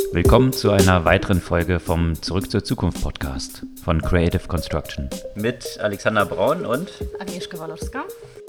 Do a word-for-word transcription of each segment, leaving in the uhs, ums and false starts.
Willkommen zu einer weiteren Folge vom Zurück zur Zukunft Podcast von Creative Construction. Mit Alexander Braun und Agnieszka Walorska.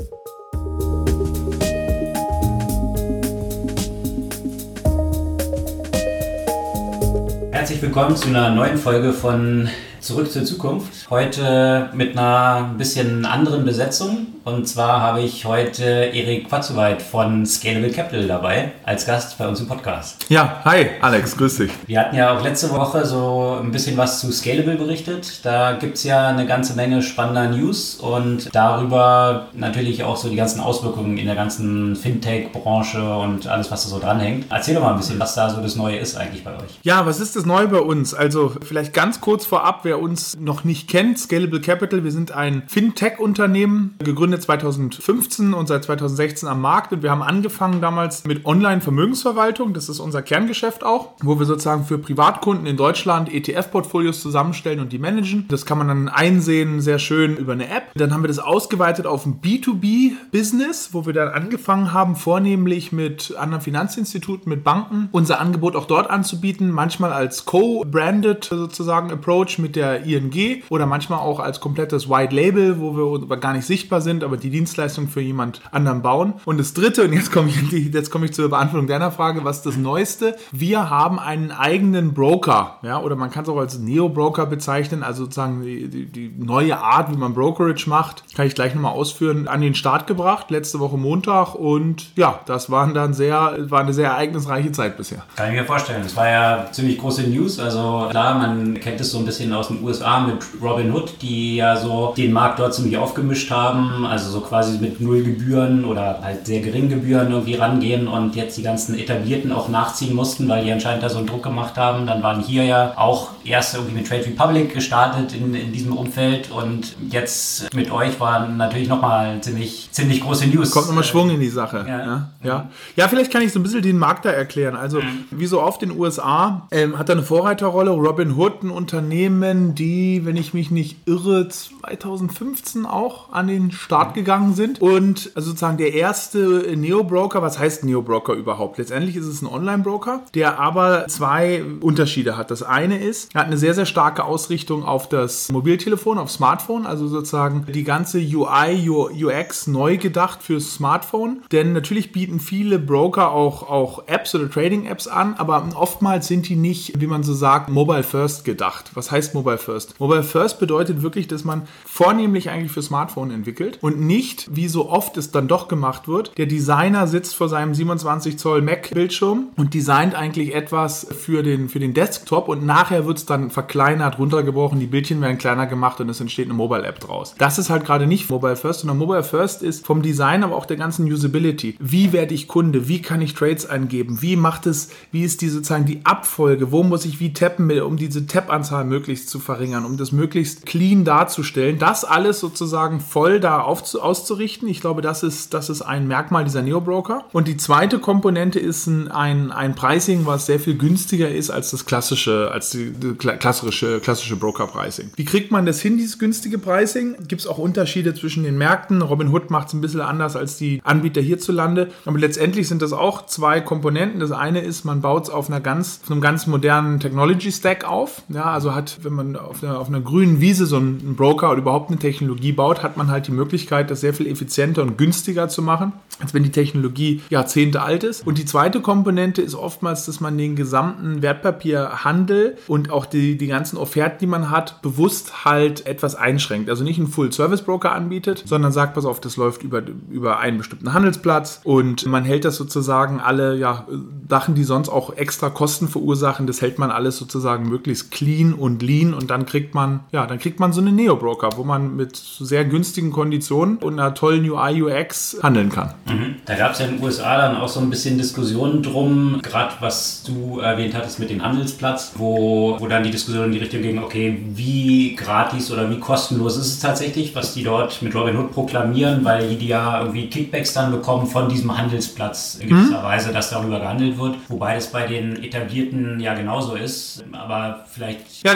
Herzlich willkommen zu einer neuen Folge von Zurück zur Zukunft. Heute mit einer bisschen anderen Besetzung. Und zwar habe ich heute Erik Quatzowait von Scalable Capital dabei als Gast bei uns im Podcast. Ja, hi Alex, grüß dich. Wir hatten ja auch letzte Woche so ein bisschen was zu Scalable berichtet. Da gibt es ja eine ganze Menge spannender News und darüber natürlich auch so die ganzen Auswirkungen in der ganzen Fintech-Branche und alles, was da so dranhängt. Erzähl doch mal ein bisschen, was da so das Neue ist eigentlich bei euch. Ja, was ist das Neue bei uns? Also vielleicht ganz kurz vorab, wer uns noch nicht kennt, Scalable Capital, wir sind ein Fintech-Unternehmen, gegründet zweitausendfünfzehn und seit zweitausendsechzehn am Markt, und wir haben angefangen damals mit Online-Vermögensverwaltung, das ist unser Kerngeschäft auch, wo wir sozusagen für Privatkunden in Deutschland E T F-Portfolios zusammenstellen und die managen. Das kann man dann einsehen, sehr schön über eine App. Dann haben wir das ausgeweitet auf ein B zwei B-Business, wo wir dann angefangen haben, vornehmlich mit anderen Finanzinstituten, mit Banken, unser Angebot auch dort anzubieten, manchmal als co-branded sozusagen Approach mit der I N G oder manchmal auch als komplettes White Label, wo wir gar nicht sichtbar sind, aber die Dienstleistung für jemand anderen bauen. Und das Dritte, und jetzt komme ich, jetzt komme ich zur Beantwortung deiner Frage, was ist das Neueste? Wir haben einen eigenen Broker, ja, oder man kann es auch als Neo-Broker bezeichnen, also sozusagen die, die, die neue Art, wie man Brokerage macht, kann ich gleich nochmal ausführen, an den Start gebracht, letzte Woche Montag, und ja, das waren dann sehr, war eine sehr ereignisreiche Zeit bisher. Kann ich mir vorstellen. Das war ja ziemlich große News, also klar, man kennt es so ein bisschen aus den U S A mit Robinhood, die ja so den Markt dort ziemlich aufgemischt haben, also so quasi mit null Gebühren oder halt sehr geringen Gebühren irgendwie rangehen und jetzt die ganzen Etablierten auch nachziehen mussten, weil die anscheinend da so einen Druck gemacht haben. Dann waren hier ja auch erst irgendwie mit Trade Republic gestartet in, in diesem Umfeld, und jetzt mit euch war natürlich nochmal ziemlich, ziemlich große News. Kommt nochmal Schwung in die Sache. Ja, ja. Ja. Ja, vielleicht kann ich so ein bisschen den Markt da erklären. Also mhm. wie so oft in den U S A ähm, hat da eine Vorreiterrolle Robinhood, ein Unternehmen, die, wenn ich mich nicht irre, zweitausendfünfzehn auch an den Start gegangen sind, und also sozusagen der erste Neo-Broker. Was heißt Neo-Broker überhaupt? Letztendlich ist es ein Online-Broker, der aber zwei Unterschiede hat. Das eine ist, er hat eine sehr, sehr starke Ausrichtung auf das Mobiltelefon, auf Smartphone, also sozusagen die ganze U I, U X neu gedacht fürs Smartphone, denn natürlich bieten viele Broker auch, auch Apps oder Trading-Apps an, aber oftmals sind die nicht, wie man so sagt, Mobile First gedacht. Was heißt Mobile First? Mobile First bedeutet wirklich, dass man vornehmlich eigentlich für Smartphone entwickelt und nicht, wie so oft es dann doch gemacht wird, der Designer sitzt vor seinem siebenundzwanzig Zoll Mac-Bildschirm und designt eigentlich etwas für den, für den Desktop, und nachher wird es dann verkleinert, runtergebrochen, die Bildchen werden kleiner gemacht und es entsteht eine Mobile-App draus. Das ist halt gerade nicht Mobile First, sondern Mobile First ist vom Design, aber auch der ganzen Usability. Wie werde ich Kunde? Wie kann ich Trades eingeben? Wie macht es, wie ist die sozusagen die Abfolge? Wo muss ich wie tappen, um diese Tap-Anzahl möglichst zu verringern, um das möglichst clean darzustellen? Das alles sozusagen voll da auf, auszurichten. Ich glaube, das ist, das ist ein Merkmal dieser Neo-Broker. Und die zweite Komponente ist ein, ein, ein Pricing, was sehr viel günstiger ist als das klassische, als die, die klassische, klassische Broker-Pricing. Wie kriegt man das hin, dieses günstige Pricing? Gibt es auch Unterschiede zwischen den Märkten. Robinhood macht es ein bisschen anders als die Anbieter hierzulande. Aber letztendlich sind das auch zwei Komponenten. Das eine ist, man baut es auf einer ganz, auf einem ganz modernen Technology-Stack auf. Ja, also hat, wenn man auf einer, auf einer grünen Wiese so einen Broker oder überhaupt eine Technologie baut, hat man halt die Möglichkeit, das sehr viel effizienter und günstiger zu machen, als wenn die Technologie Jahrzehnte alt ist. Und die zweite Komponente ist oftmals, dass man den gesamten Wertpapierhandel und auch die, die ganzen Offerten, die man hat, bewusst halt etwas einschränkt. Also nicht einen Full-Service-Broker anbietet, sondern sagt, pass auf, das läuft über, über einen bestimmten Handelsplatz, und man hält das sozusagen alle, ja, Sachen, die sonst auch extra Kosten verursachen, das hält man alles sozusagen möglichst clean und lean, und dann kriegt man, ja, dann kriegt man so eine Neo-Broker, wo man mit sehr günstigen Konditionen und einer tollen U I, U X handeln kann. Mhm. Da gab es ja in den U S A dann auch so ein bisschen Diskussionen drum, gerade was du erwähnt hattest mit dem Handelsplatz, wo, wo dann die Diskussion in die Richtung ging, okay, wie gratis oder wie kostenlos ist es tatsächlich, was die dort mit Robinhood proklamieren, weil die ja irgendwie Kickbacks dann bekommen von diesem Handelsplatz in gewisser mhm. Weise, dass darüber gehandelt wird, wobei das bei den Etablierten ja genauso ist, aber vielleicht... Ja, ich kann einfach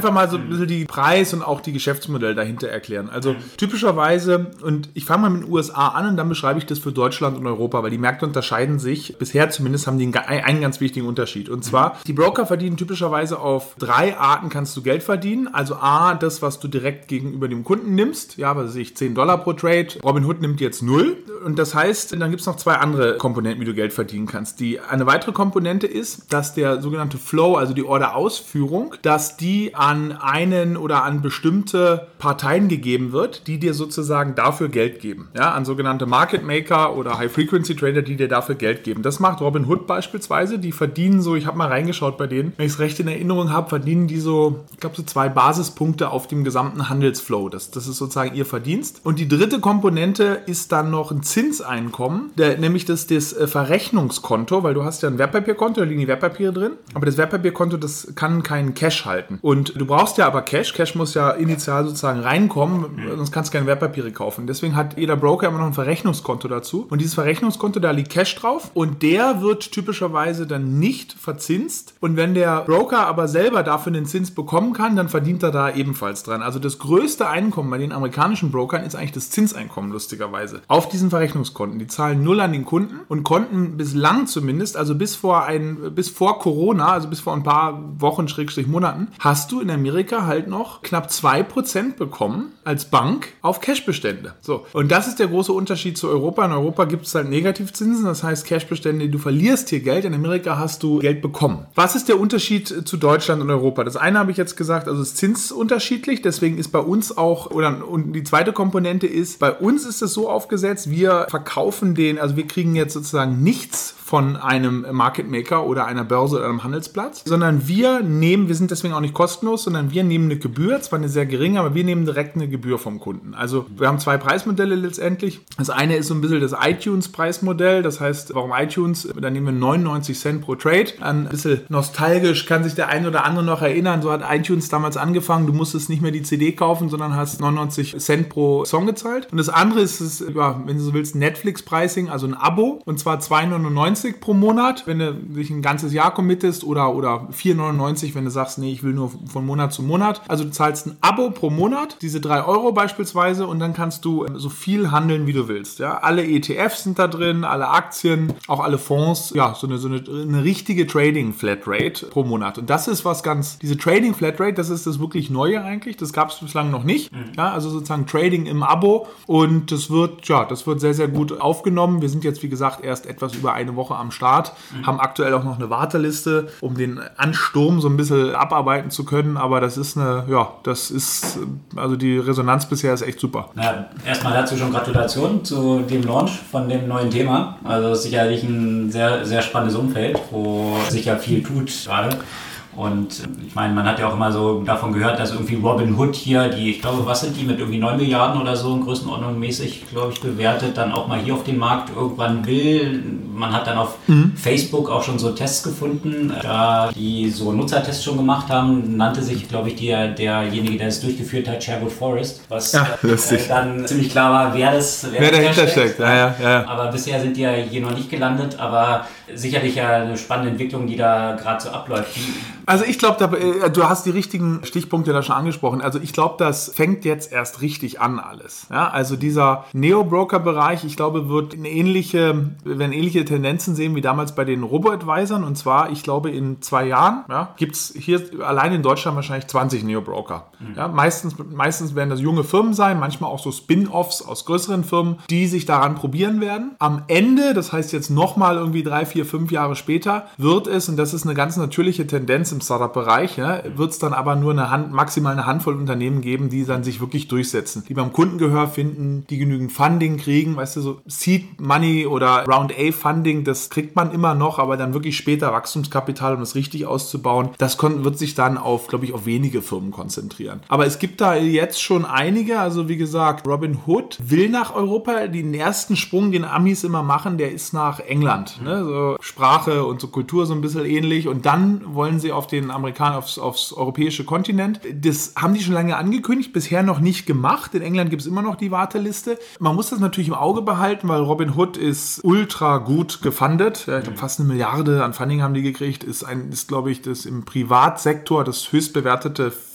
einfach mal so ein bisschen die Preis und auch die Geschäftsmodelle dahinter erklären. Also mhm. typischerweise, und ich fange mal mit den U S A an und dann beschreibe ich das für Deutschland und Europa, weil die Märkte unterscheiden sich. Bisher zumindest haben die einen, einen ganz wichtigen Unterschied. Und zwar, die Broker verdienen typischerweise auf drei Arten kannst du Geld verdienen. Also A, das, was du direkt gegenüber dem Kunden nimmst. Ja, was weiß ich, zehn Dollar pro Trade. Robinhood nimmt jetzt null. Und das heißt, dann gibt es noch zwei andere Komponenten, wie du Geld verdienen kannst. Die, eine weitere Komponente ist, dass der sogenannte Flow, also die Order-Ausführung, dass die an einen oder an bestimmte Parteien gegeben wird, die dir sozusagen dafür Geld geben. Ja, an sogenannte Market Maker oder High-Frequency-Trader, die dir dafür Geld geben. Das macht Robinhood beispielsweise. Die verdienen so, ich habe mal reingeschaut bei denen, wenn ich es recht in Erinnerung habe, verdienen die so, ich glaube so zwei Basispunkte auf dem gesamten Handelsflow. Das, das ist sozusagen ihr Verdienst. Und die dritte Komponente ist dann noch ein Zinseinkommen, der, nämlich das, das Verrechnungskonto, weil du hast ja ein Wertpapierkonto, da liegen die Wertpapiere drin, aber das Wertpapierkonto, das kann keinen Cash halten. Und du brauchst ja aber Cash. Cash muss ja initial sozusagen reinkommen, sonst kannst du keine Wertpapiere kaufen. Deswegen hat jeder Broker immer noch ein Verrechnungskonto dazu. Und dieses Verrechnungskonto, da liegt Cash drauf und der wird typischerweise dann nicht verzinst. Und wenn der Broker aber selber dafür einen Zins bekommen kann, dann verdient er da ebenfalls dran. Also das größte Einkommen bei den amerikanischen Brokern ist eigentlich das Zinseinkommen, lustigerweise. Auf diesen Verrechnungskonten. Die zahlen null an den Kunden und konnten bislang zumindest, also bis vor ein, bis vor Corona, also bis vor ein paar Wochen, Schrägstrich Monaten, hast du in Amerika halt noch knapp zwei Prozent bekommen als Bank auf Cashbestände. So. Und das ist der große Unterschied zu Europa. In Europa gibt es halt Negativzinsen, das heißt Cashbestände, du verlierst hier Geld. In Amerika hast du Geld bekommen. Was ist der Unterschied zu Deutschland und Europa? Das eine habe ich jetzt gesagt, also es ist zinsunterschiedlich, deswegen ist bei uns auch, oder und die zweite Komponente ist, bei uns ist es so aufgesetzt, wir verkaufen den, also wir kriegen jetzt sozusagen nichts von einem Market Maker oder einer Börse oder einem Handelsplatz, sondern wir nehmen, wir sind deswegen auch nicht kostenlos, sondern wir nehmen eine Gebühr, zwar eine sehr geringe, aber wir nehmen direkt eine Gebühr vom Kunden. Also wir haben zwei Preismodelle letztendlich. Das eine ist so ein bisschen das iTunes-Preismodell, das heißt, warum iTunes? Da nehmen wir neunundneunzig Cent pro Trade. Ein bisschen nostalgisch kann sich der eine oder andere noch erinnern, so hat iTunes damals angefangen, du musstest nicht mehr die C D kaufen, sondern hast neunundneunzig Cent pro Song gezahlt. Und das andere ist, das, ja, wenn du so willst, Netflix-Pricing, also ein Abo, und zwar zwei neunundneunzig pro Monat, wenn du dich ein ganzes Jahr committest, oder, oder vier neunundneunzig, wenn du sagst, nee, ich will nur von Monat zu Monat. Also du zahlst ein Abo pro Monat, diese drei Euro beispielsweise, und dann kannst du so viel handeln, wie du willst. Ja? Alle E T Fs sind da drin, alle Aktien, auch alle Fonds, ja, so eine, so eine, eine richtige Trading-Flatrate pro Monat. Und das ist was ganz, diese Trading-Flatrate, das ist das wirklich Neue eigentlich, das gab es bislang noch nicht. Mhm. Ja? Also sozusagen Trading im Abo, und das wird, ja, das wird sehr, sehr gut aufgenommen. Wir sind jetzt, wie gesagt, erst etwas über eine Woche am Start, mhm. haben aktuell auch noch eine Warteliste, um den Ansturm so ein bisschen abarbeiten zu können, aber das ist eine, ja, das ist, also die Resonanz bisher ist echt super. Ja, erstmal dazu schon Gratulation zu dem Launch von dem neuen Thema, also sicherlich ein sehr, sehr spannendes Umfeld, wo sich ja viel tut gerade. Und ich meine, man hat ja auch immer so davon gehört, dass irgendwie Robinhood hier, die, ich glaube, was sind die mit irgendwie neun Milliarden oder so in Größenordnung mäßig, glaube ich, bewertet, dann auch mal hier auf den Markt irgendwann will. Man hat dann auf mhm. Facebook auch schon so Tests gefunden, da die so Nutzertests schon gemacht haben, nannte sich, glaube ich, der, derjenige, der es durchgeführt hat, Sherwood Forest, was ja, äh, dann ziemlich klar war, wer das wer, wer dahinter steckt. Ja, ja, ja. Aber bisher sind die ja hier noch nicht gelandet, aber sicherlich ja eine spannende Entwicklung, die da gerade so abläuft. Also ich glaube, du hast die richtigen Stichpunkte da schon angesprochen. Also ich glaube, das fängt jetzt erst richtig an alles. Ja, also dieser Neo-Broker-Bereich, ich glaube, wird eine ähnliche, wir werden ähnliche Tendenzen sehen wie damals bei den Robo-Advisern. Und zwar, ich glaube, in zwei Jahren ja, gibt es hier allein in Deutschland wahrscheinlich zwanzig Neo-Broker. Mhm. Ja, meistens, meistens werden das junge Firmen sein, manchmal auch so Spin-Offs aus größeren Firmen, die sich daran probieren werden. Am Ende, das heißt jetzt nochmal irgendwie drei, vier, fünf Jahre später, wird es, und das ist eine ganz natürliche Tendenz im Startup-Bereich, ja, wird es dann aber nur eine Hand, maximal eine Handvoll Unternehmen geben, die dann sich wirklich durchsetzen, die beim Kundengehör finden, die genügend Funding kriegen, weißt du, so Seed Money oder Round A Funding, das kriegt man immer noch, aber dann wirklich später Wachstumskapital, um das richtig auszubauen, das kon- wird sich dann auf, glaube ich, auf wenige Firmen konzentrieren. Aber es gibt da jetzt schon einige, also wie gesagt, Robinhood will nach Europa, den ersten Sprung, den Amis immer machen, der ist nach England, ne? So Sprache und so Kultur so ein bisschen ähnlich, und dann wollen sie auf den Amerikaner, aufs, aufs europäische Kontinent. Das haben die schon lange angekündigt, bisher noch nicht gemacht. In England gibt es immer noch die Warteliste. Man muss das natürlich im Auge behalten, weil Robinhood ist ultra gut gefundet. Ja, ich glaube, fast eine Milliarde an Funding haben die gekriegt. Ist, ein, ist glaube ich, das im Privatsektor das höchst bewertete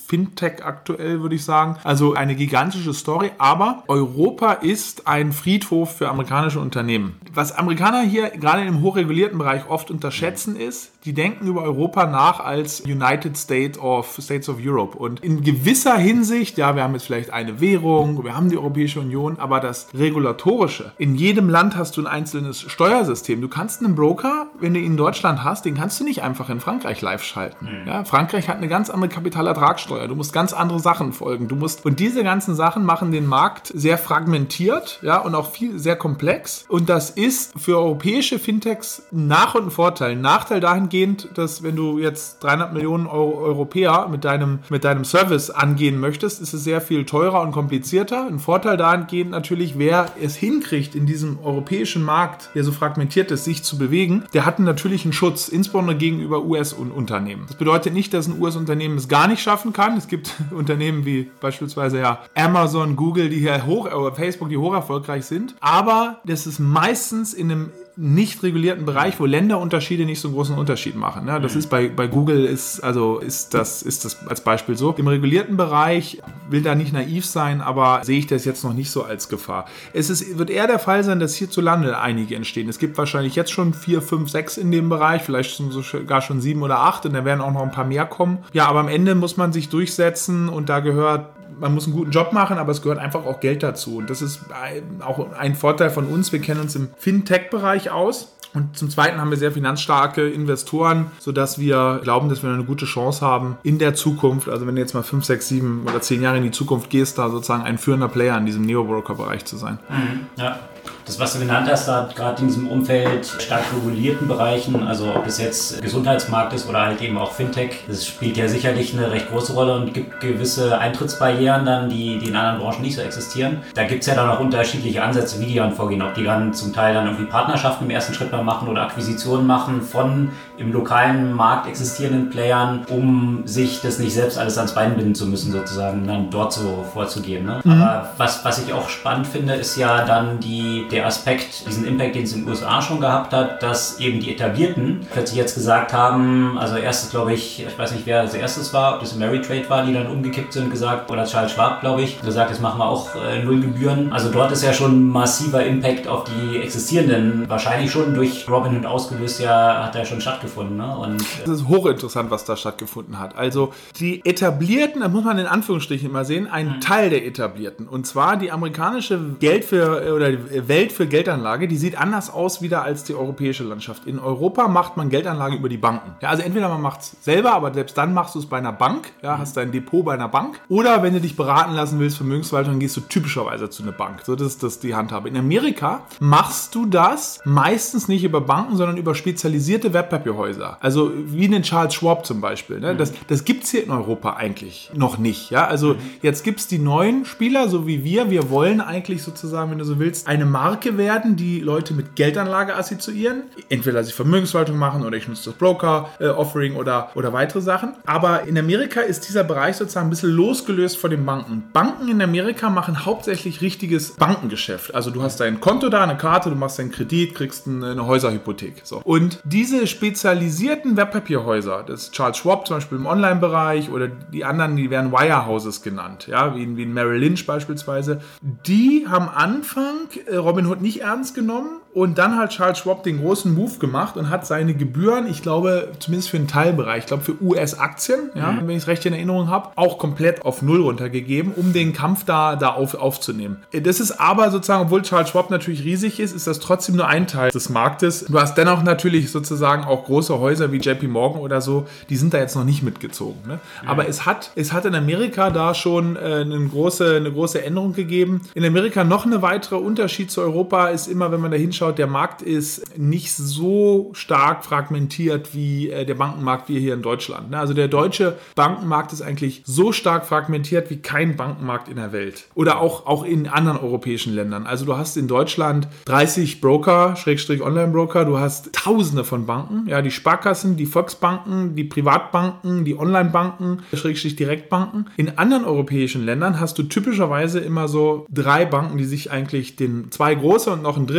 Fintech aktuell, würde ich sagen. Also eine gigantische Story, aber Europa ist ein Friedhof für amerikanische Unternehmen. Was Amerikaner hier gerade im hochregulierten Bereich oft unterschätzen ist, die denken über Europa nach als United States of States of Europe. Und in gewisser Hinsicht, ja, wir haben jetzt vielleicht eine Währung, wir haben die Europäische Union, aber das Regulatorische, in jedem Land hast du ein einzelnes Steuersystem. Du kannst einen Broker, wenn du ihn in Deutschland hast, den kannst du nicht einfach in Frankreich live schalten. Mhm. Ja, Frankreich hat eine ganz andere Kapitalertragssteuer. Du musst ganz andere Sachen folgen. Du musst, und diese ganzen Sachen machen den Markt sehr fragmentiert, ja, und auch viel, sehr komplex. Und das ist für europäische Fintechs ein Nach- und ein Vorteil. Ein Nachteil dahingehend, dass wenn du jetzt dreihundert Millionen Euro Europäer mit deinem, mit deinem Service angehen möchtest, ist es sehr viel teurer und komplizierter. Ein Vorteil dahingehend natürlich, wer es hinkriegt, in diesem europäischen Markt, der so fragmentiert ist, sich zu bewegen, der hat einen natürlichen Schutz, insbesondere gegenüber U S-Unternehmen. Das bedeutet nicht, dass ein U S-Unternehmen es gar nicht schaffen kann. Es gibt Unternehmen wie beispielsweise ja Amazon, Google, die hier hoch, oder Facebook, die hoch erfolgreich sind. Aber das ist meistens in einem nicht regulierten Bereich, wo Länderunterschiede nicht so einen großen Unterschied machen. Ja, das ist bei, bei Google ist, also ist das, ist das als Beispiel so. Im regulierten Bereich, will da nicht naiv sein, aber sehe ich das jetzt noch nicht so als Gefahr. Es ist, wird eher der Fall sein, dass hierzulande einige entstehen. Es gibt wahrscheinlich jetzt schon vier, fünf, sechs in dem Bereich, vielleicht sogar schon sieben oder acht und da werden auch noch ein paar mehr kommen. Ja, aber am Ende muss man sich durchsetzen und da gehört, man muss einen guten Job machen, aber es gehört einfach auch Geld dazu. Und das ist auch ein Vorteil von uns. Wir kennen uns im Fintech-Bereich aus. Und zum Zweiten haben wir sehr finanzstarke Investoren, sodass wir glauben, dass wir eine gute Chance haben in der Zukunft, also wenn du jetzt mal fünf, sechs, sieben oder zehn Jahre in die Zukunft gehst, da sozusagen ein führender Player in diesem Neo-Broker-Bereich zu sein. Mhm, ja. Das, was du genannt hast, da gerade in diesem Umfeld stark regulierten Bereichen, also ob es jetzt Gesundheitsmarkt ist oder halt eben auch Fintech, das spielt ja sicherlich eine recht große Rolle und gibt gewisse Eintrittsbarrieren dann, die, die in anderen Branchen nicht so existieren. Da gibt es ja dann auch unterschiedliche Ansätze, wie die dann vorgehen, ob die dann zum Teil dann irgendwie Partnerschaften im ersten Schritt mal machen oder Akquisitionen machen von im lokalen Markt existierenden Playern, um sich das nicht selbst alles ans Bein binden zu müssen, sozusagen, dann dort so vorzugehen. Ne? Mhm. Aber was, was ich auch spannend finde, ist ja dann die, der Aspekt, diesen Impact, den es in den U S A schon gehabt hat, dass eben die Etablierten plötzlich jetzt gesagt haben, also erstes glaube ich, ich weiß nicht, wer als erstes war, ob das Ameritrade war, die dann umgekippt sind, gesagt, oder Charles Schwab, glaube ich, gesagt, jetzt machen wir auch äh, null Gebühren. Also dort ist ja schon massiver Impact auf die existierenden, wahrscheinlich schon durch Robinhood ausgelöst, ja, hat ja schon stattgefunden. Ne? Und, das ist hochinteressant, was da stattgefunden hat. Also die Etablierten, das muss man in Anführungsstrichen immer sehen, ein mhm. Teil der Etablierten. Und zwar die amerikanische Geld für, oder Welt für Geldanlage, die sieht anders aus wieder als die europäische Landschaft. In Europa macht man Geldanlage über die Banken. Ja, also entweder man macht es selber, aber selbst dann machst du es bei einer Bank, ja, hast dein Depot bei einer Bank. Oder wenn du dich beraten lassen willst, Vermögensverwaltung, dann gehst du typischerweise zu einer Bank. So, das ist das die Handhabe. In Amerika machst du das meistens nicht über Banken, sondern über spezialisierte Wertpapierhäuser. Also wie einen Charles Schwab zum Beispiel. Ne? Das, das gibt es hier in Europa eigentlich noch nicht. Ja? Also jetzt gibt es die neuen Spieler, so wie wir. Wir wollen eigentlich sozusagen, wenn du so willst, eine Marke werden, die Leute mit Geldanlage assoziieren. Entweder dass ich Vermögensverwaltung machen oder ich nutze das Broker-Offering äh, oder, oder weitere Sachen. Aber in Amerika ist dieser Bereich sozusagen ein bisschen losgelöst von den Banken. Banken in Amerika machen hauptsächlich richtiges Bankengeschäft. Also du hast dein Konto da, eine Karte, du machst deinen Kredit, kriegst eine Häuserhypothek. So. Und diese spezialisierten Wertpapierhäuser, das Charles Schwab zum Beispiel im Online-Bereich oder die anderen, die werden Wirehouses genannt, ja, wie, wie in Merrill Lynch beispielsweise, die haben Anfang äh, Robinhood nicht ernst genommen und dann hat Charles Schwab den großen Move gemacht und hat seine Gebühren, ich glaube, zumindest für einen Teilbereich, ich glaube für U S-Aktien, ja, mhm. wenn ich es recht in Erinnerung habe, auch komplett auf Null runtergegeben, um den Kampf da, da auf, aufzunehmen. Das ist aber sozusagen, obwohl Charles Schwab natürlich riesig ist, ist das trotzdem nur ein Teil des Marktes. Du hast dennoch natürlich sozusagen auch große Häuser wie J P Morgan oder so, die sind da jetzt noch nicht mitgezogen. Ne? Mhm. Aber es hat, es hat in Amerika da schon äh, eine, große, eine große Änderung gegeben. In Amerika noch eine weitere Unterschied zu Europa ist immer, wenn man da hinschaut, der Markt ist nicht so stark fragmentiert wie äh, der Bankenmarkt wie hier in Deutschland. Ne? Also der deutsche Bankenmarkt ist eigentlich so stark fragmentiert wie kein Bankenmarkt in der Welt. Oder auch, auch in anderen europäischen Ländern. Also du hast in Deutschland dreißig Broker, Schrägstrich Online-Broker, du hast Tausende von Banken, ja, die Sparkassen, die Volksbanken, die Privatbanken, die Online-Banken, Schrägstrich Direktbanken. In anderen europäischen Ländern hast du typischerweise immer so drei Banken, die sich eigentlich, den zwei große und noch einen dritten, die sich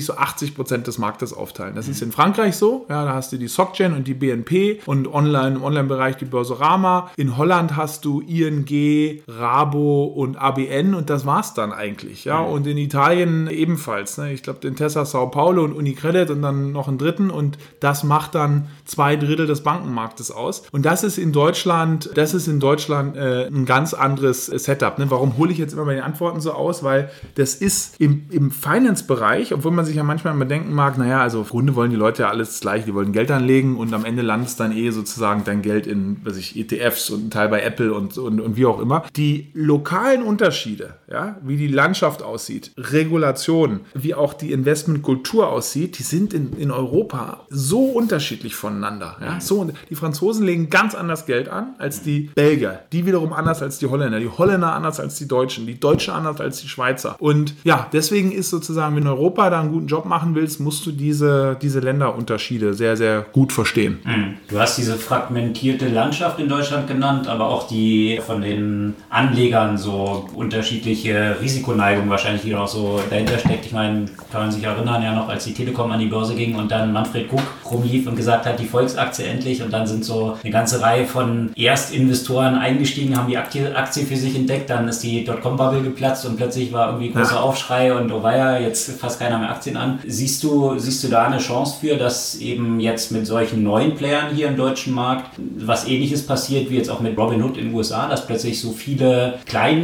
sich so achtzig Prozent des Marktes aufteilen. Das ist in Frankreich so, ja, da hast du die SocGen und die B N P und online, im Online-Bereich die Börsorama. In Holland hast du I N G, Rabo und A B N und das war's dann eigentlich. Ja? Und in Italien ebenfalls. Ne? Ich glaube, den Intesa Sao Paulo und Unicredit und dann noch einen dritten und das macht dann zwei Drittel des Bankenmarktes aus. Und das ist in Deutschland, das ist in Deutschland äh, ein ganz anderes Setup. Ne? Warum hole ich jetzt immer meine Antworten so aus? Weil das ist im, im Finance-Bereich, obwohl man sich ja manchmal immer denken mag, naja, also im Grunde wollen die Leute ja alles gleich, die wollen Geld anlegen und am Ende landet dann eh sozusagen dein Geld in, was ich, E T Fs und ein Teil bei Apple und, und, und wie auch immer. Die lokalen Unterschiede, ja, wie die Landschaft aussieht, Regulation, wie auch die Investmentkultur aussieht, die sind in, in Europa so unterschiedlich voneinander. Ja? So, die Franzosen legen ganz anders Geld an als die Belgier, die wiederum anders als die Holländer, die Holländer anders als die Deutschen, die Deutschen anders als die Schweizer. Und ja, deswegen ist sozusagen, wenn Europa da einen guten Job machen willst, musst du diese, diese Länderunterschiede sehr, sehr gut verstehen. Du hast diese fragmentierte Landschaft in Deutschland genannt, aber auch die von den Anlegern so unterschiedliche Risikoneigung wahrscheinlich, die auch so dahinter steckt. Ich meine, kann man sich erinnern, ja noch, als die Telekom an die Börse ging und dann Manfred Krug rumlief und gesagt hat, die Volksaktie endlich, und dann sind so eine ganze Reihe von Erstinvestoren eingestiegen, haben die Aktie, Aktie für sich entdeckt, dann ist die Dotcom-Bubble geplatzt und plötzlich war irgendwie großer ja. Aufschrei und oh weia, jetzt fasst keiner mehr Aktien an. Siehst du, siehst du da eine Chance für, dass eben jetzt mit solchen neuen Playern hier im deutschen Markt was Ähnliches passiert wie jetzt auch mit Robinhood in den U S A, dass plötzlich so viele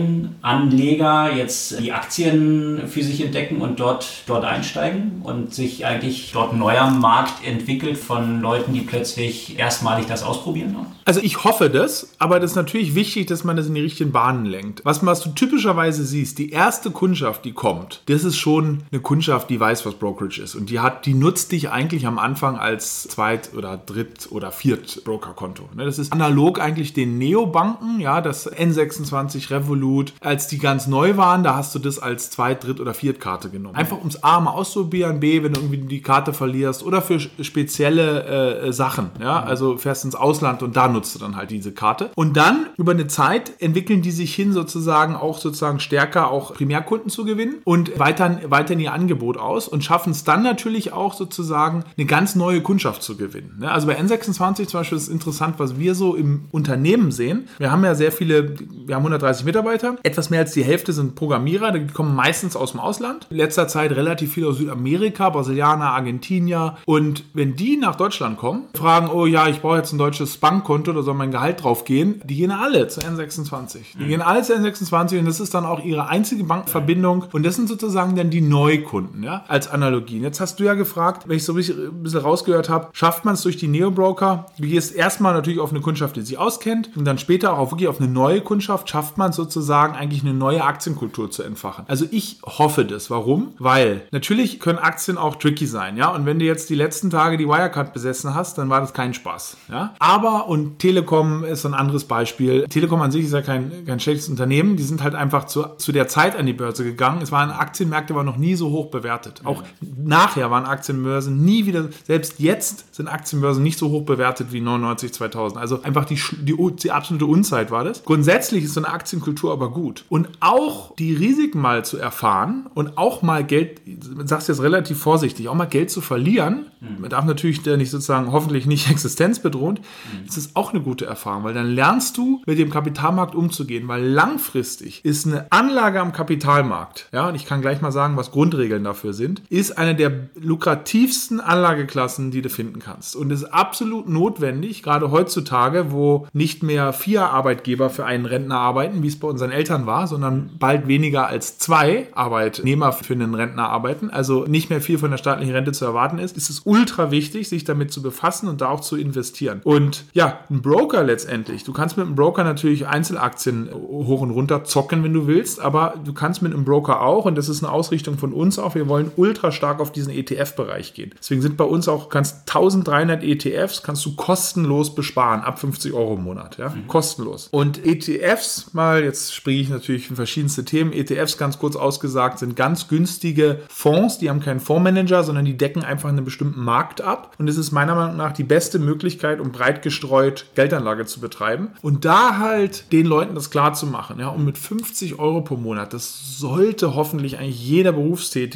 Kleinanleger jetzt die Aktien für sich entdecken und dort, dort einsteigen und sich eigentlich dort ein neuer Markt entwickelt von Leuten, die plötzlich erstmalig das ausprobieren? Ne? Also ich hoffe das, aber das ist natürlich wichtig, dass man das in die richtigen Bahnen lenkt. Was, was du typischerweise siehst, die erste Kundschaft, die kommt, das ist schon eine Kundschaft, die weiß, was Brokerage ist und die hat, die nutzt dich eigentlich am Anfang als Zweit- oder Dritt- oder Viert-Brokerkonto. Das ist analog eigentlich den Neobanken, ja, das N sechsundzwanzig, Revolut, als die ganz neu waren, da hast du das als Zweit-, Dritt- oder Viertkarte genommen. Einfach ums A mal auszuprobieren, B, wenn du irgendwie die Karte verlierst oder für spezielle äh, Sachen, ja, also fährst ins Ausland und da nutzt du dann halt diese Karte. Und dann über eine Zeit entwickeln die sich hin, sozusagen auch sozusagen stärker auch Primärkunden zu gewinnen und weitern, weitern ihr Angebot aus und schaffen es dann natürlich auch sozusagen eine ganz neue Kundschaft zu gewinnen. Also bei N sechsundzwanzig zum Beispiel ist es interessant, was wir so im Unternehmen sehen. Wir haben ja sehr viele, wir haben hundertdreißig Mitarbeiter, etwas mehr als die Hälfte sind Programmierer, die kommen meistens aus dem Ausland. In letzter Zeit relativ viel aus Südamerika, Brasilianer, Argentinier, und wenn die nach Deutschland kommen, fragen, oh ja, ich brauche jetzt ein deutsches Bankkonto, da soll mein Gehalt drauf gehen, die gehen alle zu N sechsundzwanzig. Die gehen alle zu N sechsundzwanzig und das ist dann auch ihre einzige Bankverbindung und das sind sozusagen dann die Neukunden, ja, als Analogien. Jetzt hast du ja gefragt, wenn ich so ein bisschen rausgehört habe, schafft man es durch die Neobroker? Du gehst erstmal natürlich auf eine Kundschaft, die sich auskennt und dann später auch wirklich auf eine neue Kundschaft, schafft man sozusagen eigentlich eine neue Aktienkultur zu entfachen. Also ich hoffe das. Warum? Weil natürlich können Aktien auch tricky sein, ja, und wenn du jetzt die letzten Tage die Wirecard besessen hast, dann war das kein Spaß, ja. Aber, und Telekom ist ein anderes Beispiel. Telekom an sich ist ja kein, kein schlechtes Unternehmen, die sind halt einfach zu, zu der Zeit an die Börse gegangen. Es waren Aktienmärkte, waren noch nie so hoch bewertet. Auch nachher waren Aktienbörsen nie wieder, selbst jetzt sind Aktienbörsen nicht so hoch bewertet wie neunundneunzig, zweitausend. Also einfach die, die, die absolute Unzeit war das. Grundsätzlich ist so eine Aktienkultur aber gut. Und auch die Risiken mal zu erfahren und auch mal Geld, du sagst jetzt relativ vorsichtig, auch mal Geld zu verlieren, mhm. man darf natürlich nicht sozusagen, hoffentlich nicht existenzbedrohend, mhm. das ist auch eine gute Erfahrung, weil dann lernst du, mit dem Kapitalmarkt umzugehen, weil langfristig ist eine Anlage am Kapitalmarkt, ja, und ich kann gleich mal sagen, was Grundregeln dafür sind, ist eine der lukrativsten Anlageklassen, die du finden kannst. Und es ist absolut notwendig, gerade heutzutage, wo nicht mehr vier Arbeitgeber für einen Rentner arbeiten, wie es bei unseren Eltern war, sondern bald weniger als zwei Arbeitnehmer für einen Rentner arbeiten, also nicht mehr viel von der staatlichen Rente zu erwarten ist, ist es ultra wichtig, sich damit zu befassen und da auch zu investieren. Und ja, ein Broker letztendlich, du kannst mit einem Broker natürlich Einzelaktien hoch und runter zocken, wenn du willst, aber du kannst mit einem Broker auch, und das ist eine Ausrichtung von uns auch, wir wollen ultra stark auf diesen E T F-Bereich gehen. Deswegen sind bei uns auch, kannst dreizehnhundert E T Fs kannst du kostenlos besparen, ab fünfzig Euro im Monat, ja, mhm. kostenlos. Und E T Fs, mal, jetzt spreche ich natürlich für verschiedenste Themen, E T Fs ganz kurz ausgesagt, sind ganz günstige Fonds, die haben keinen Fondsmanager, sondern die decken einfach einen bestimmten Markt ab, und es ist meiner Meinung nach die beste Möglichkeit, um breit gestreut Geldanlage zu betreiben und da halt den Leuten das klar zu machen, ja, und mit fünfzig Euro pro Monat, das sollte hoffentlich eigentlich jeder Berufstätige irgendwie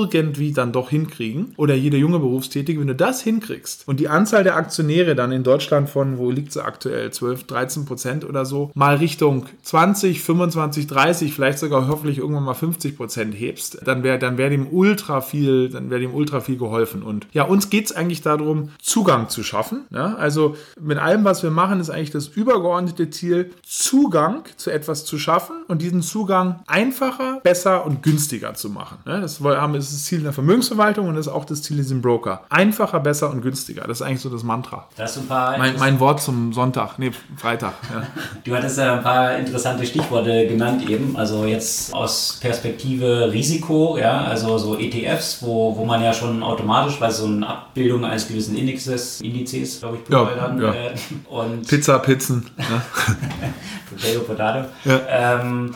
irgendwie dann doch hinkriegen oder jeder junge Berufstätige, wenn du das hinkriegst und die Anzahl der Aktionäre dann in Deutschland von, wo liegt sie aktuell, zwölf, dreizehn Prozent oder so, mal Richtung zwanzig, fünfundzwanzig, dreißig, vielleicht sogar hoffentlich irgendwann mal fünfzig Prozent hebst, dann wäre dann wär dem ultra viel, dann wäre dem ultra viel geholfen. Und ja, uns geht es eigentlich darum, Zugang zu schaffen. Ja? Also mit allem, was wir machen, ist eigentlich das übergeordnete Ziel, Zugang zu etwas zu schaffen und diesen Zugang einfacher, besser und günstiger zu machen. Ja? Das ist das Ziel der Vermögensverwaltung und das ist auch das Ziel dieses Broker. Einfacher, besser und günstiger. Das ist eigentlich so das Mantra. Das ist ein paar mein, mein Wort zum Sonntag, nee, Freitag. Ja. Du hattest ja ein paar interessante Stichworte genannt eben. Also jetzt aus Perspektive Risiko, ja, also so E T Fs, wo, wo man ja schon automatisch bei so einer Abbildung eines gewissen Indexes, Indizes, glaube ich, ja, dann, ja. Äh, und Pizza, Pizzen. Ja. Potato, Potato. Ja. Ähm,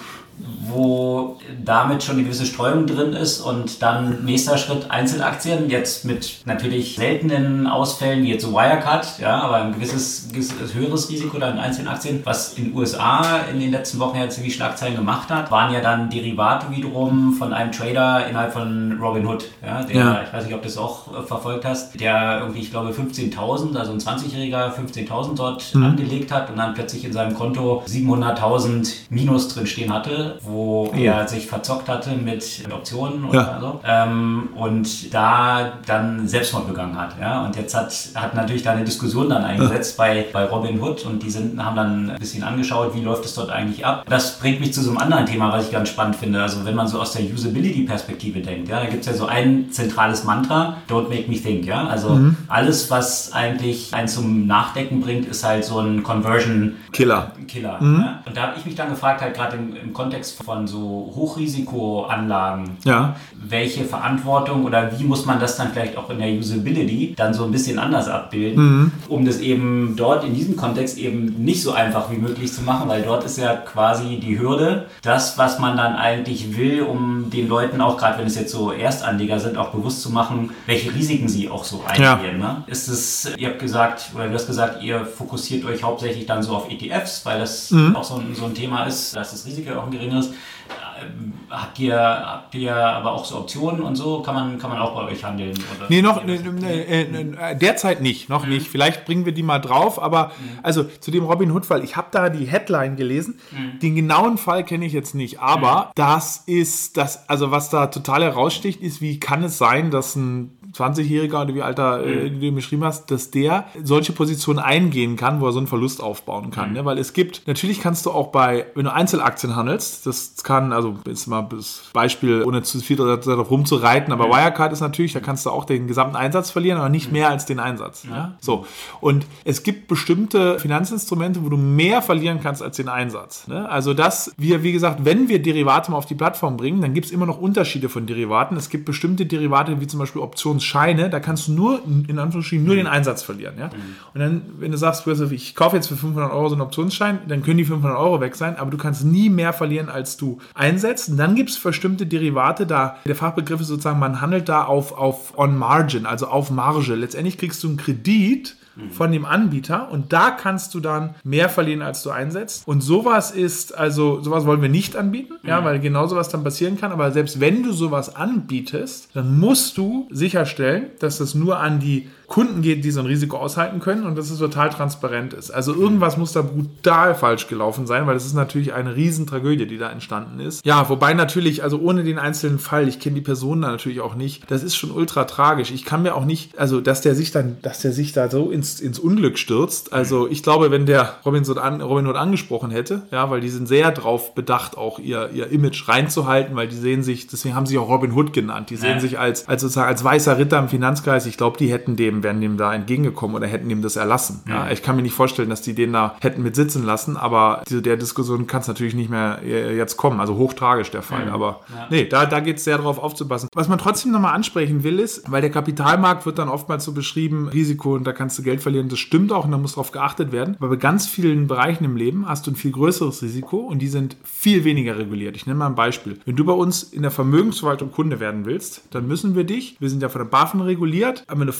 wo damit schon eine gewisse Streuung drin ist und dann nächster Schritt Einzelaktien, jetzt mit natürlich seltenen Ausfällen, wie jetzt so Wirecard, ja, aber ein gewisses, gewisses höheres Risiko dann in Einzelaktien, was in den U S A in den letzten Wochen ja ziemlich Schlagzeilen gemacht hat, waren ja dann Derivate wiederum von einem Trader innerhalb von Robinhood, ja, der, ja. ich weiß nicht, ob du das auch äh, verfolgt hast, der irgendwie, ich glaube, fünfzehntausend, also ein zwanzigjähriger fünfzehntausend dort mhm. angelegt hat und dann plötzlich in seinem Konto siebenhunderttausend Minus drin stehen hatte, wo ja. er sich verzockt hatte mit Optionen oder ja. so ähm, und da dann Selbstmord begangen hat. Ja? Und jetzt hat, hat natürlich da eine Diskussion dann eingesetzt ja. bei, bei Robinhood und die sind, haben dann ein bisschen angeschaut, wie läuft es dort eigentlich ab. Das bringt mich zu so einem anderen Thema, was ich ganz spannend finde. Also wenn man so aus der Usability-Perspektive denkt, ja, da gibt es ja so ein zentrales Mantra, don't make me think. Ja? Also mhm. alles, was eigentlich einen zum Nachdenken bringt, ist halt so ein Conversion-Killer. Killer, mhm. ja? Und da habe ich mich dann gefragt, halt gerade im, im Kontext von so Hochrisikoanlagen, ja. welche Verantwortung oder wie muss man das dann vielleicht auch in der Usability dann so ein bisschen anders abbilden, mhm. um das eben dort in diesem Kontext eben nicht so einfach wie möglich zu machen, weil dort ist ja quasi die Hürde, das, was man dann eigentlich will, um den Leuten auch, gerade wenn es jetzt so Erstanleger sind, auch bewusst zu machen, welche Risiken sie auch so eingehen. Ja. Ne? Ist es, ihr habt gesagt, oder du hast gesagt, ihr fokussiert euch hauptsächlich dann so auf E T Fs, weil das mhm. auch so ein, so ein Thema ist, dass das Risiko auch ein geringeres. Habt ihr, habt ihr aber auch so Optionen und so? Kann man, kann man auch bei euch handeln? Oder? Nee, noch ne, ne, äh, derzeit nicht, noch mhm. nicht. Vielleicht bringen wir die mal drauf, aber mhm. also zu dem Robinhood-Fall, ich habe da die Headline gelesen. Mhm. Den genauen Fall kenne ich jetzt nicht, aber mhm. das ist das, also was da total heraussticht, ist, wie kann es sein, dass ein zwanzigjähriger oder wie alter äh, du beschrieben hast, dass der solche Positionen eingehen kann, wo er so einen Verlust aufbauen kann. Mhm. Ne? Weil es gibt, natürlich kannst du auch bei, wenn du Einzelaktien handelst, das kann, also jetzt mal das Beispiel, ohne zu viel darauf rumzureiten, aber mhm. Wirecard ist natürlich, da kannst du auch den gesamten Einsatz verlieren, aber nicht mhm. mehr als den Einsatz. Mhm. Ja? So. Und es gibt bestimmte Finanzinstrumente, wo du mehr verlieren kannst als den Einsatz. Ne? Also das, wir, wie gesagt, wenn wir Derivate mal auf die Plattform bringen, dann gibt es immer noch Unterschiede von Derivaten. Es gibt bestimmte Derivate, wie zum Beispiel Optionsscheine, da kannst du nur, in Anführungsstrichen, nur den Einsatz verlieren. Ja? Mhm. Und dann, wenn du sagst, ich kaufe jetzt für fünfhundert Euro so einen Optionsschein, dann können die fünfhundert Euro weg sein, aber du kannst nie mehr verlieren, als du einsetzt. Und dann gibt es bestimmte Derivate, da der Fachbegriff ist sozusagen, man handelt da auf, auf on margin, also auf Marge. Letztendlich kriegst du einen Kredit von dem Anbieter und da kannst du dann mehr verlieren, als du einsetzt. Und sowas ist, also sowas wollen wir nicht anbieten, mhm. ja, weil genau sowas dann passieren kann. Aber selbst wenn du sowas anbietest, dann musst du sicherstellen, dass das nur an die Kunden geht, die so ein Risiko aushalten können und dass es total transparent ist. Also irgendwas muss da brutal falsch gelaufen sein, weil das ist natürlich eine Riesentragödie, die da entstanden ist. Ja, wobei natürlich, also ohne den einzelnen Fall, ich kenne die Person da natürlich auch nicht, das ist schon ultra tragisch. Ich kann mir auch nicht, also dass der sich dann, dass der sich da so ins, ins Unglück stürzt. Also ich glaube, wenn der Robinhood, an, Robinhood angesprochen hätte, ja, weil die sind sehr drauf bedacht, auch ihr, ihr Image reinzuhalten, weil die sehen sich, deswegen haben sie auch Robinhood genannt, die sehen ja. sich als, als sozusagen als weißer Ritter im Finanzkreis. Ich glaube, die hätten dem wären dem da entgegengekommen oder hätten ihm das erlassen. Ja. Ja, ich kann mir nicht vorstellen, dass die den da hätten mit sitzen lassen, aber diese, der Diskussion kann es natürlich nicht mehr jetzt kommen. Also hochtragisch der Fall. Ja. Aber ja. nee, da, da geht es sehr darauf aufzupassen. Was man trotzdem nochmal ansprechen will, ist, weil der Kapitalmarkt wird dann oftmals so beschrieben, Risiko und da kannst du Geld verlieren. Das stimmt auch und da muss darauf geachtet werden. Aber bei ganz vielen Bereichen im Leben hast du ein viel größeres Risiko und die sind viel weniger reguliert. Ich nenne mal ein Beispiel. Wenn du bei uns in der Vermögensverwaltung Kunde werden willst, dann müssen wir dich, wir sind ja von der BaFin reguliert, haben wir eine Vorgabe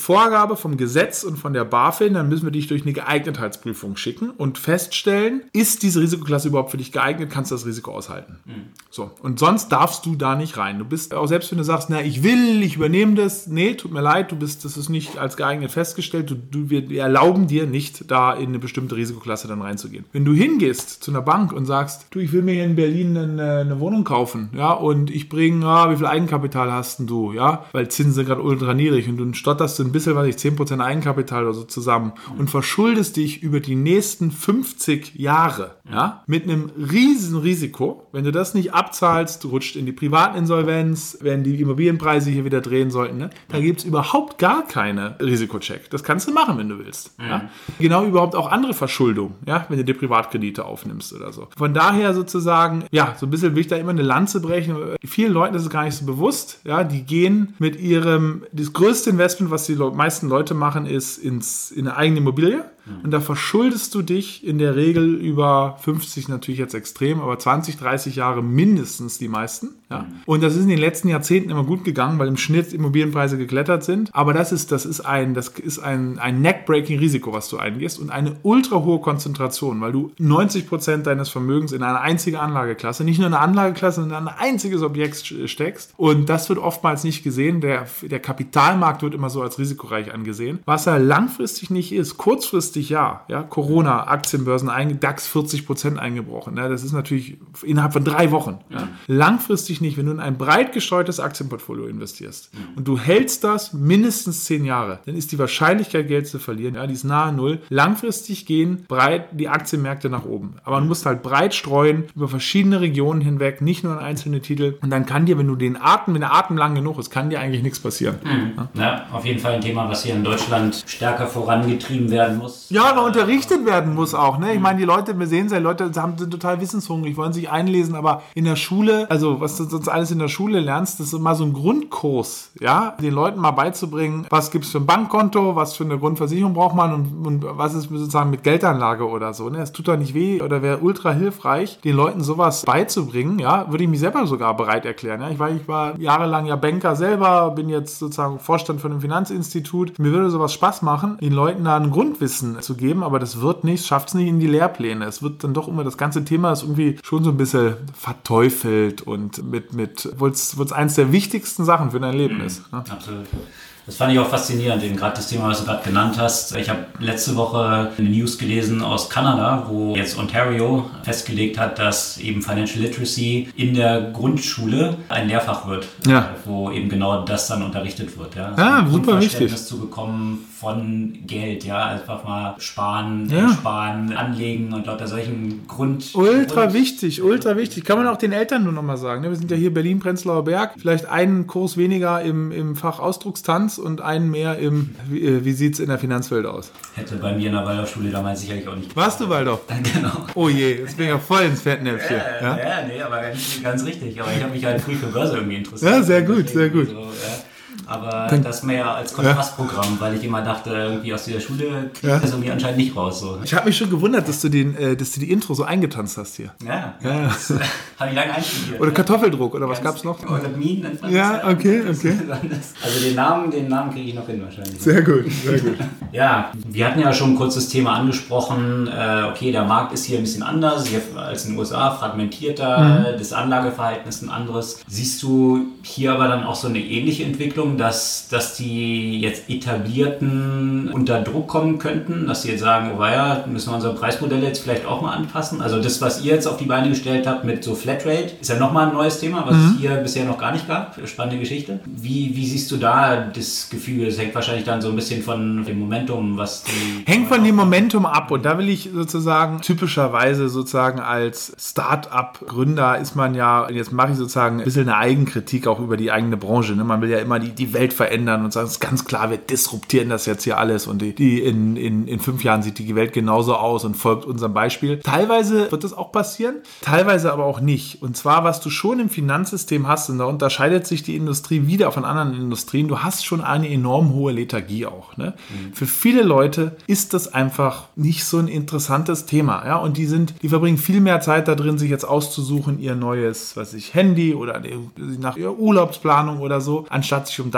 Vorgabe vom Gesetz und von der BaFin, dann müssen wir dich durch eine Geeignetheitsprüfung schicken und feststellen, ist diese Risikoklasse überhaupt für dich geeignet, kannst du das Risiko aushalten. Mhm. So, und sonst darfst du da nicht rein. Du bist auch, selbst wenn du sagst, na, ich will, ich übernehme das, nee, tut mir leid, du bist, das ist nicht als geeignet festgestellt, du, du, wir, wir erlauben dir nicht, da in eine bestimmte Risikoklasse dann reinzugehen. Wenn du hingehst zu einer Bank und sagst, du, ich will mir hier in Berlin eine, eine Wohnung kaufen, ja, und ich bringe, ah, wie viel Eigenkapital hast denn du, ja, weil Zinsen sind gerade ultra niedrig und du stotterst so ein bisschen, weiß ich, zehn Prozent Eigenkapital oder so zusammen und verschuldest dich über die nächsten fünfzig Jahre, ja, mit einem riesen Risiko. Wenn du das nicht abzahlst, du rutscht in die Privatinsolvenz, wenn die Immobilienpreise hier wieder drehen sollten, ne, da gibt es überhaupt gar keine Risikocheck. Das kannst du machen, wenn du willst. Mhm. Ja. Genau, überhaupt auch andere Verschuldung, ja, wenn du dir Privatkredite aufnimmst oder so. Von daher sozusagen, ja, so ein bisschen will ich da immer eine Lanze brechen. Vielen Leuten ist es gar nicht so bewusst, ja, die gehen mit ihrem, das größte Investment, was die Le- meisten Leute machen, ist ins, in eine eigene Immobilie. Und da verschuldest du dich in der Regel über fünfzig, natürlich jetzt extrem, aber zwanzig, dreißig Jahre mindestens die meisten. Ja? Und das ist in den letzten Jahrzehnten immer gut gegangen, weil im Schnitt Immobilienpreise geklettert sind. Aber das ist, das ist ein, das ist ein, ein Neck-Breaking-Risiko, was du eingehst und eine ultra hohe Konzentration, weil du neunzig Prozent deines Vermögens in eine einzige Anlageklasse, nicht nur eine Anlageklasse, sondern in ein einziges Objekt steckst. Und das wird oftmals nicht gesehen. Der, der Kapitalmarkt wird immer so als risikoreich angesehen. Was er langfristig nicht ist, kurzfristig ja, ja, Corona, Aktienbörsen, DAX vierzig Prozent eingebrochen. Ja, das ist natürlich innerhalb von drei Wochen. Ja. Langfristig nicht, wenn du in ein breit gestreutes Aktienportfolio investierst mhm. und du hältst das mindestens zehn Jahre, dann ist die Wahrscheinlichkeit, Geld zu verlieren, ja, die ist nahe Null. Langfristig gehen breit die Aktienmärkte nach oben. Aber du musst halt breit streuen, über verschiedene Regionen hinweg, nicht nur in einzelne Titel. Und dann kann dir, wenn du den Atem, wenn der Atem lang genug ist, kann dir eigentlich nichts passieren. Mhm. Ja? Ja, auf jeden Fall ein Thema, was hier in Deutschland stärker vorangetrieben werden muss. Ja, aber unterrichtet werden muss auch. Ne? Ich meine, die Leute, wir sehen es ja, Leute haben, sind total wissenshungrig, wollen sich einlesen, aber in der Schule, also was du sonst alles in der Schule lernst, das ist mal so ein Grundkurs, ja, den Leuten mal beizubringen, was gibt es für ein Bankkonto, was für eine Grundversicherung braucht man und, und was ist sozusagen mit Geldanlage oder so. Ne? Das tut doch nicht weh oder wäre ultra hilfreich, den Leuten sowas beizubringen, ja, würde ich mich selber sogar bereit erklären. Ja? Ich, war, ich war jahrelang ja Banker selber, bin jetzt sozusagen Vorstand von einem Finanzinstitut. Mir würde sowas Spaß machen, den Leuten da ein Grundwissen zu geben, aber das wird nicht, schafft es nicht in die Lehrpläne. Es wird dann doch immer, das ganze Thema ist irgendwie schon so ein bisschen verteufelt und mit, mit obwohl es eines der wichtigsten Sachen für dein Leben ist. Ne? Absolut. Das fand ich auch faszinierend, eben gerade das Thema, was du gerade genannt hast. Ich habe letzte Woche eine News gelesen aus Kanada, wo jetzt Ontario festgelegt hat, dass eben Financial Literacy in der Grundschule ein Lehrfach wird, ja. wo eben genau das dann unterrichtet wird. Ja, also ja super wichtig. Zu bekommen von Geld, ja, einfach mal sparen, ja. sparen, anlegen und lauter solchen Grund... Ultra Grund- wichtig, ultra wichtig. Kann man auch den Eltern nur noch mal sagen. Wir sind ja hier Berlin-Prenzlauer Berg, vielleicht einen Kurs weniger im, im Fach Ausdruckstanz und einen mehr im, wie, wie sieht es in der Finanzwelt aus? Hätte bei mir in der Waldorfschule damals sicherlich auch nicht. Warst du Waldorf? Genau. Oh je, jetzt bin ich ja voll ins Fettnäpfchen. Ja, ja? ja, nee, aber ganz, ganz richtig. Aber ich habe mich halt früh für Börse irgendwie interessiert. Ja, sehr gut, sehr gut. So, ja. Aber Dann, das mehr als Kontrastprogramm, ja. weil ich immer dachte, irgendwie aus dieser Schule kriege ich ja. das irgendwie anscheinend nicht raus. So. Ich habe mich schon gewundert, dass du, den, äh, dass du die Intro so eingetanzt hast hier. Ja, ja. Das habe ich lange einstudiert. Oder Kartoffeldruck, oder was gab es noch? Oder Minen. nennt man Ja, das. okay, okay. Also den Namen, den Namen kriege ich noch hin wahrscheinlich. Sehr gut, sehr gut. Ja, wir hatten ja schon ein kurzes Thema angesprochen. Äh, okay, der Markt ist hier ein bisschen anders hier als in den U S A, fragmentierter, mhm. das Anlageverhalten ist ein anderes. Siehst du hier aber dann auch so eine ähnliche Entwicklung, dass, dass die jetzt etablierten unter Druck kommen könnten, dass sie jetzt sagen, oh ja, müssen wir unsere Preismodelle jetzt vielleicht auch mal anpassen? Also das, was ihr jetzt auf die Beine gestellt habt mit so Flatrate, ist ja nochmal ein neues Thema, was mhm. es hier bisher noch gar nicht gab. Spannende Geschichte. Wie, wie siehst du da das Gefühl? Das hängt wahrscheinlich dann so ein bisschen von dem Momentum, was die... Hängt von dem Momentum ab und da will ich sozusagen typischerweise sozusagen als Start-up-Gründer ist man ja, jetzt mache ich sozusagen ein bisschen eine Eigenkritik auch über die eigene Branche. Ne? Man will ja immer die, die Welt verändern und sagen, es ist ganz klar, wir disruptieren das jetzt hier alles und die, die in, in, in fünf Jahren sieht die Welt genauso aus und folgt unserem Beispiel. Teilweise wird das auch passieren, teilweise aber auch nicht. Und zwar, was du schon im Finanzsystem hast, und da unterscheidet sich die Industrie wieder von anderen Industrien, du hast schon eine enorm hohe Lethargie auch. Ne? Mhm. Für viele Leute ist das einfach nicht so ein interessantes Thema. Ja? Und die sind, die verbringen viel mehr Zeit da drin, sich jetzt auszusuchen, ihr neues, was weiß ich, Handy oder nach ihrer Urlaubsplanung oder so, anstatt sich um das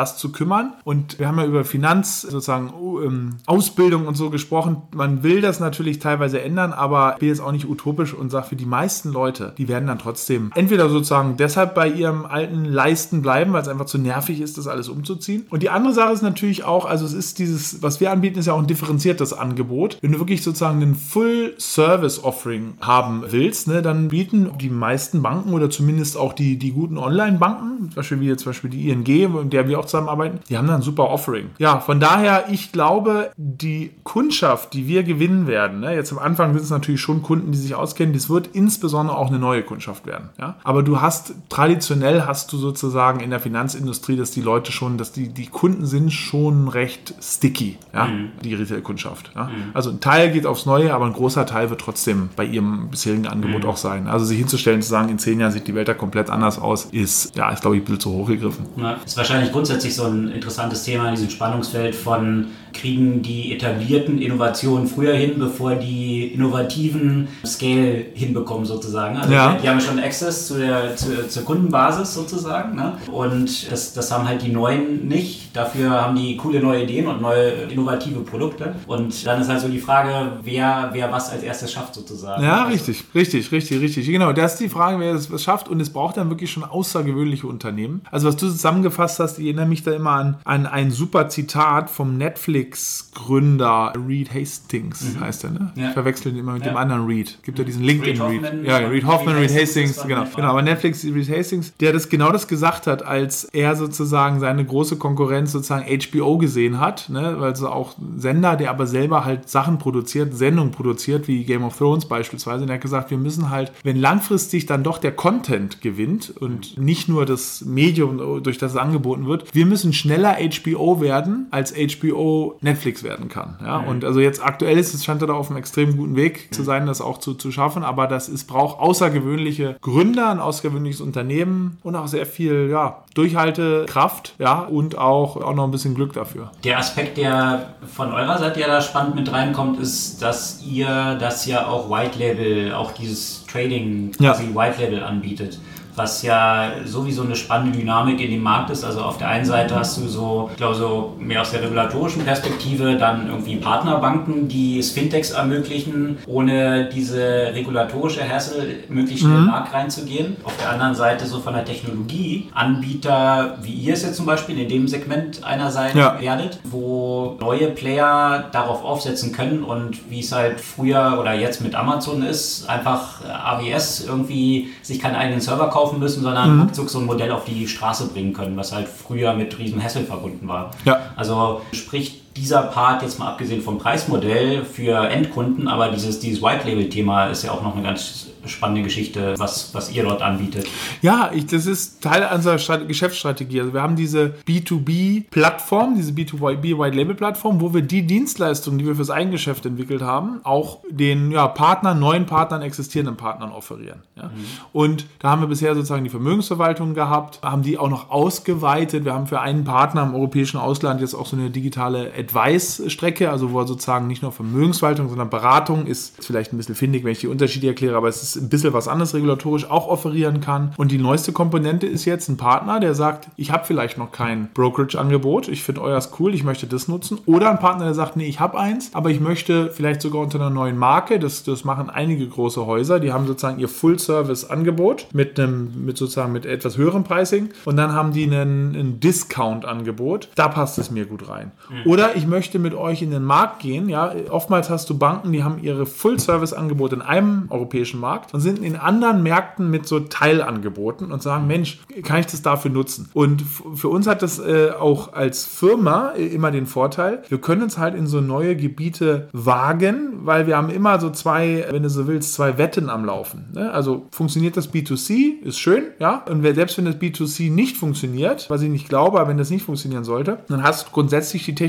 das zu kümmern. Und wir haben ja über Finanz, sozusagen ähm, Ausbildung und so gesprochen. Man will das natürlich teilweise ändern, aber ich bin jetzt auch nicht utopisch und sage, für die meisten Leute, die werden dann trotzdem entweder sozusagen deshalb bei ihrem alten Leisten bleiben, weil es einfach zu nervig ist, das alles umzuziehen. Und die andere Sache ist natürlich auch, also es ist dieses, was wir anbieten, ist ja auch ein differenziertes Angebot. Wenn du wirklich sozusagen einen Full-Service-Offering haben willst, ne, dann bieten die meisten Banken oder zumindest auch die, die guten Online-Banken, zum Beispiel wie jetzt zum Beispiel die I N G, mit der wir auch zusammenarbeiten, die haben da ein super Offering. Ja, von daher, ich glaube, die Kundschaft, die wir gewinnen werden, ne, jetzt am Anfang sind es natürlich schon Kunden, die sich auskennen, das wird insbesondere auch eine neue Kundschaft werden. Ja? Aber du hast, traditionell hast du sozusagen in der Finanzindustrie, dass die Leute schon, dass die, die Kunden sind schon recht sticky, ja? Mhm. Die Retail-Kundschaft. Ja? Mhm. Also ein Teil geht aufs Neue, aber ein großer Teil wird trotzdem bei ihrem bisherigen Angebot mhm. auch sein. Also sich hinzustellen, zu sagen, in zehn Jahren sieht die Welt da komplett anders aus, ist, ja, ist glaube ich ein bisschen zu hoch gegriffen. Ja, ist wahrscheinlich grundsätzlich so ein interessantes Thema in diesem Spannungsfeld von kriegen die etablierten Innovationen früher hin, bevor die innovativen Scale hinbekommen sozusagen. Also ja. die, die haben schon Access zu der, zu, zur Kundenbasis sozusagen, ne? Und das, das haben halt die Neuen nicht. Dafür haben die coole neue Ideen und neue innovative Produkte. Und dann ist halt so die Frage, wer, wer was als erstes schafft sozusagen. Ja, also, richtig, richtig, richtig, richtig. Genau, das ist die Frage, wer das was schafft. Und es braucht dann wirklich schon außergewöhnliche Unternehmen. Also was du zusammengefasst hast, ich erinnere mich da immer an, an ein super Zitat vom Netflix-Gründer Reed Hastings, mhm. heißt er, ne? Ja. Ich verwechsel ihn immer mit ja. dem anderen Reed. Gibt ja diesen LinkedIn Reed. Reed. Ja, Reed Hoffman, Reed Hastings, Hastings genau. genau. Aber Netflix, Reed Hastings, der das genau das gesagt hat, als er sozusagen seine große Konkurrenz sozusagen H B O gesehen hat, ne? Weil so auch Sender, der aber selber halt Sachen produziert, Sendungen produziert, wie Game of Thrones beispielsweise. Und er hat gesagt, wir müssen halt, wenn langfristig dann doch der Content gewinnt und nicht nur das Medium, durch das es angeboten wird, wir müssen schneller H B O werden, als H B O Netflix werden kann. Ja? Mhm. Und also jetzt aktuell ist es, scheint er da auf einem extrem guten Weg zu sein, das auch zu, zu schaffen, aber das ist, braucht außergewöhnliche Gründer, ein außergewöhnliches Unternehmen und auch sehr viel ja, Durchhaltekraft ja, und auch, auch noch ein bisschen Glück dafür. Der Aspekt, der von eurer Seite ja da spannend mit reinkommt, ist, dass ihr das ja auch White Label, auch dieses Trading quasi ja. White Label anbietet. Was ja sowieso eine spannende Dynamik in dem Markt ist. Also auf der einen Seite hast du so, ich glaube so mehr aus der regulatorischen Perspektive dann irgendwie Partnerbanken, die es Fintechs ermöglichen, ohne diese regulatorische Hassel möglichst schnell in den Markt reinzugehen. Auf der anderen Seite so von der Technologie Anbieter, wie ihr es jetzt zum Beispiel in dem Segment einerseits ja. werdet, wo neue Player darauf aufsetzen können und wie es halt früher oder jetzt mit Amazon ist, einfach A W S irgendwie sich keinen eigenen Server kaufen müssen, sondern mhm. ruckzuck so ein Modell auf die Straße bringen können, was halt früher mit riesen Hassel verbunden war. Ja. Also sprich, dieser Part, jetzt mal abgesehen vom Preismodell für Endkunden, aber dieses, dieses White-Label-Thema ist ja auch noch eine ganz spannende Geschichte, was, was ihr dort anbietet. Ja, ich, das ist Teil unserer Strat- Geschäftsstrategie. Also wir haben diese B zwei B-Plattform, diese B zwei B-White-Label-Plattform, wo wir die Dienstleistungen, die wir fürs Eigengeschäft entwickelt haben, auch den ja, Partnern, neuen Partnern, existierenden Partnern offerieren. Ja? Mhm. Und da haben wir bisher sozusagen die Vermögensverwaltung gehabt, haben die auch noch ausgeweitet. Wir haben für einen Partner im europäischen Ausland jetzt auch so eine digitale Advice-Strecke, also wo er sozusagen nicht nur Vermögensverwaltung, sondern Beratung, ist, ist vielleicht ein bisschen findig, wenn ich die Unterschiede erkläre, aber es ist ein bisschen was anderes regulatorisch auch offerieren kann. Und die neueste Komponente ist jetzt ein Partner, der sagt, ich habe vielleicht noch kein Brokerage-Angebot, ich finde euers cool, ich möchte das nutzen. Oder ein Partner, der sagt, nee, ich habe eins, aber ich möchte vielleicht sogar unter einer neuen Marke, das, das machen einige große Häuser, die haben sozusagen ihr Full-Service-Angebot mit einem, mit sozusagen mit etwas höherem Pricing und dann haben die einen, ein Discount-Angebot, da passt es mir gut rein. Mhm. Oder ich möchte mit euch in den Markt gehen, ja, oftmals hast du Banken, die haben ihre Full-Service-Angebote in einem europäischen Markt und sind in anderen Märkten mit so Teilangeboten und sagen, Mensch, kann ich das dafür nutzen? Und f- für uns hat das äh, auch als Firma äh, immer den Vorteil, wir können uns halt in so neue Gebiete wagen, weil wir haben immer so zwei, wenn du so willst, zwei Wetten am Laufen. Ne? Also funktioniert das B zwei C, ist schön, ja, und selbst wenn das B zwei C nicht funktioniert, was ich nicht glaube, aber wenn das nicht funktionieren sollte, dann hast du grundsätzlich die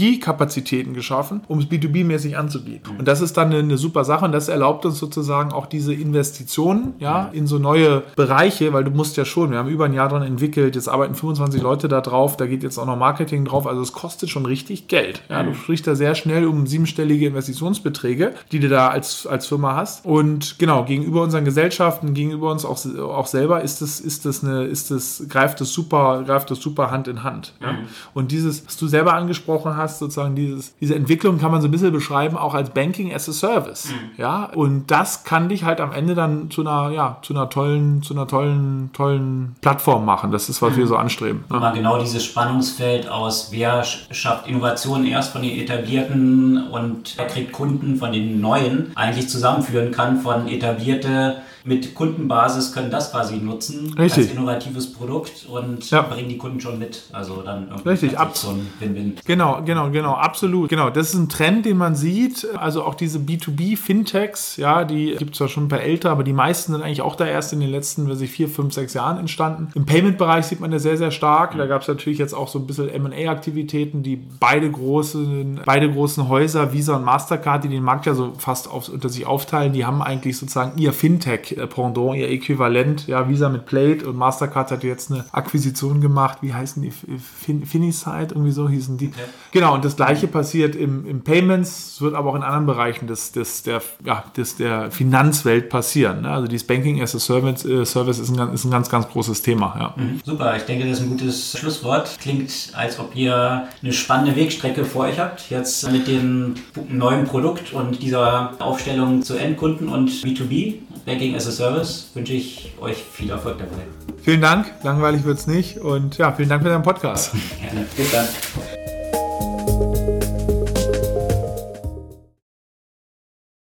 Technologiekapazitäten geschaffen, um es B zwei B-mäßig anzubieten. Und das ist dann eine, eine super Sache und das erlaubt uns sozusagen auch diese Investitionen, ja, in so neue Bereiche, weil du musst ja schon, wir haben über ein Jahr dran entwickelt, jetzt arbeiten fünfundzwanzig Leute da drauf, da geht jetzt auch noch Marketing drauf, also es kostet schon richtig Geld. Ja, du sprichst da sehr schnell um siebenstellige Investitionsbeträge, die du da als, als Firma hast. Und genau, gegenüber unseren Gesellschaften, gegenüber uns auch, auch selber ist das, ist das eine, ist das, greift das super, greift das super Hand in Hand. Ja? Mhm. Und dieses, was du selber angesprochen hast, sozusagen dieses, diese Entwicklung kann man so ein bisschen beschreiben, auch als Banking as a Service. Mhm. Ja? Und das kann dich halt am Ende dann zu einer, ja, zu einer tollen, zu einer tollen, tollen Plattform machen. Das ist, was mhm. wir so anstreben. Ne? Mal genau dieses Spannungsfeld aus, wer schafft Innovationen erst von den etablierten und er kriegt Kunden von den neuen, eigentlich zusammenführen kann von etablierte mit Kundenbasis können das quasi nutzen Richtig. als innovatives Produkt und ja. bringen die Kunden schon mit. Also dann irgendwie Richtig, ab- so ein Win-Win. Genau, genau, genau, absolut. Genau, das ist ein Trend, den man sieht. Also auch diese B zwei B Fintechs, ja, die gibt es zwar schon ein paar älter, aber die meisten sind eigentlich auch da erst in den letzten, weiß ich, vier, fünf, sechs Jahren entstanden. Im Payment-Bereich sieht man das sehr, sehr stark. Mhm. Da gab es natürlich jetzt auch so ein bisschen M und A-Aktivitäten, die beide großen, beide großen Häuser, Visa und Mastercard, die den Markt ja so fast auf, unter sich aufteilen, die haben eigentlich sozusagen ihr Fintech Pendant, ihr Äquivalent, ja, Visa mit Plate und Mastercard hat jetzt eine Akquisition gemacht, wie heißen die, fin- Finisite, irgendwie so hießen die. Okay. Genau, und das Gleiche passiert im, im Payments, es wird aber auch in anderen Bereichen des, des, der, ja, des, der Finanzwelt passieren. Ne? Also dieses Banking as a Service, äh, Service ist, ein, ist ein ganz, ganz großes Thema. Ja. Mhm. Super, ich denke, das ist ein gutes Schlusswort. Klingt, als ob ihr eine spannende Wegstrecke vor euch habt, jetzt mit dem neuen Produkt und dieser Aufstellung zu Endkunden und B zwei B. Banking as a Service, wünsche ich euch viel Erfolg dabei. Vielen Dank, langweilig wird es nicht und ja, vielen Dank für deinen Podcast. Gerne, bis dann.